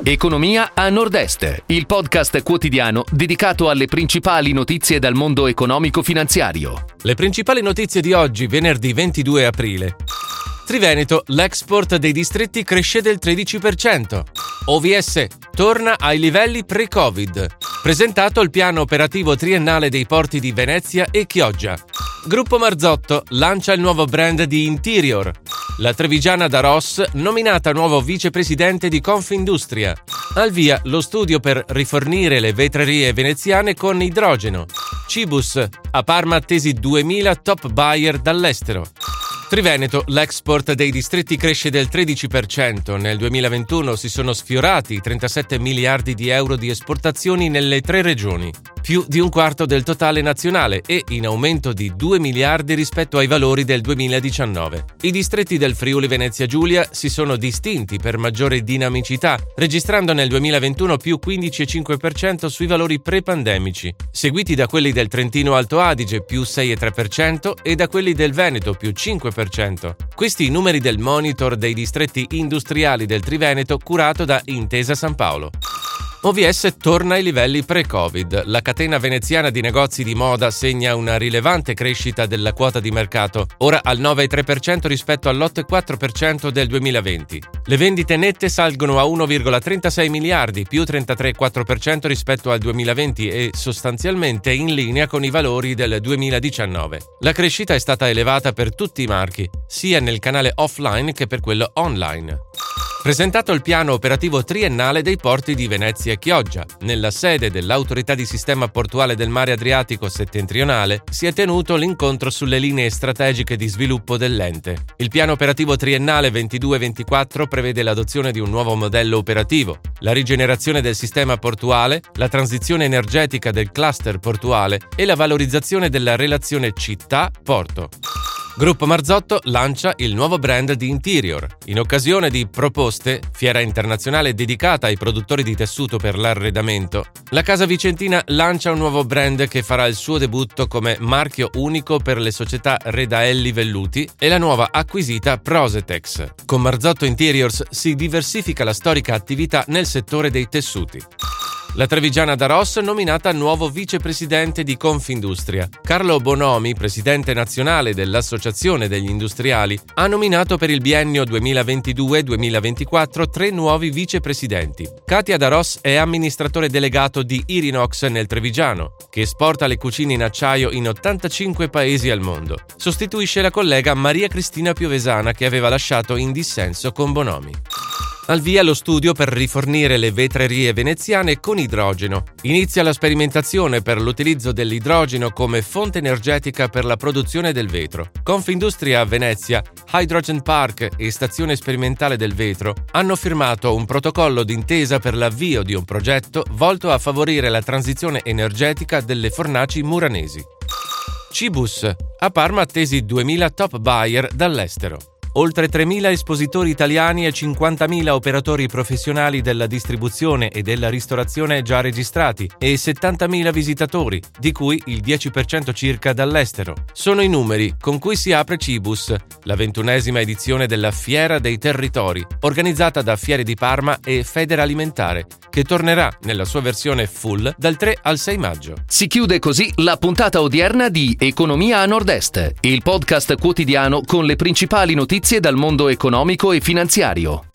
Economia a Nord-Est, il podcast quotidiano dedicato alle principali notizie dal mondo economico-finanziario. Le principali notizie di oggi, venerdì 22 aprile. Triveneto, l'export dei distretti cresce del 13%. OVS torna ai livelli pre-Covid. Presentato il piano operativo triennale dei porti di Venezia e Chioggia. Gruppo Marzotto lancia il nuovo brand di Interior. La trevigiana Daros nominata nuovo vicepresidente di Confindustria. Al via lo studio per rifornire le vetrerie veneziane con idrogeno. Cibus, a Parma attesi 2000 top buyer dall'estero. Triveneto, l'export dei distretti cresce del 13%. Nel 2021 si sono sfiorati i 37 miliardi di euro di esportazioni nelle 3 regioni, più di un quarto del totale nazionale e in aumento di 2 miliardi rispetto ai valori del 2019. I distretti del Friuli Venezia Giulia si sono distinti per maggiore dinamicità, registrando nel 2021 più 15,5% sui valori pre-pandemici, seguiti da quelli del Trentino Alto Adige più 6,3% e da quelli del Veneto più 5%. Questi i numeri del monitor dei distretti industriali del Triveneto curato da Intesa San Paolo. OVS torna ai livelli pre-Covid. La catena veneziana di negozi di moda segna una rilevante crescita della quota di mercato, ora al 9,3% rispetto all'8,4% del 2020. Le vendite nette salgono a 1,36 miliardi, più 33,4% rispetto al 2020 e sostanzialmente in linea con i valori del 2019. La crescita è stata elevata per tutti i marchi, sia nel canale offline che per quello online. Presentato il piano operativo triennale dei porti di Venezia e Chioggia. Nella sede dell'Autorità di Sistema Portuale del Mare Adriatico Settentrionale si è tenuto l'incontro sulle linee strategiche di sviluppo dell'ente. Il piano operativo triennale 22-24 prevede l'adozione di un nuovo modello operativo, la rigenerazione del sistema portuale, la transizione energetica del cluster portuale e la valorizzazione della relazione città-porto. Gruppo Marzotto lancia il nuovo brand di Interior. In occasione di Proposte, fiera internazionale dedicata ai produttori di tessuto per l'arredamento, la casa vicentina lancia un nuovo brand che farà il suo debutto come marchio unico per le società Redaelli Velluti e la nuova acquisita Prosetex. Con Marzotto Interiors si diversifica la storica attività nel settore dei tessuti. La trevigiana Daros nominata nuovo vicepresidente di Confindustria. Carlo Bonomi, presidente nazionale dell'Associazione degli Industriali, ha nominato per il biennio 2022-2024 3 nuovi vicepresidenti. Katia Daros è amministratore delegato di Irinox nel Trevigiano, che esporta le cucine in acciaio in 85 paesi al mondo. Sostituisce la collega Maria Cristina Piovesana, che aveva lasciato in dissenso con Bonomi. Al via lo studio per rifornire le vetrerie veneziane con idrogeno. Inizia la sperimentazione per l'utilizzo dell'idrogeno come fonte energetica per la produzione del vetro. Confindustria a Venezia, Hydrogen Park e Stazione Sperimentale del Vetro hanno firmato un protocollo d'intesa per l'avvio di un progetto volto a favorire la transizione energetica delle fornaci muranesi. Cibus, a Parma attesi 2000 top buyer dall'estero. Oltre 3.000 espositori italiani e 50.000 operatori professionali della distribuzione e della ristorazione già registrati e 70.000 visitatori, di cui il 10% circa dall'estero. Sono i numeri con cui si apre Cibus, la 21esima edizione della Fiera dei Territori, organizzata da Fiere di Parma e Federalimentare, che tornerà nella sua versione full dal 3 al 6 maggio. Si chiude così la puntata odierna di Economia a Nord-Est, il podcast quotidiano con le principali notizie dal mondo economico e finanziario.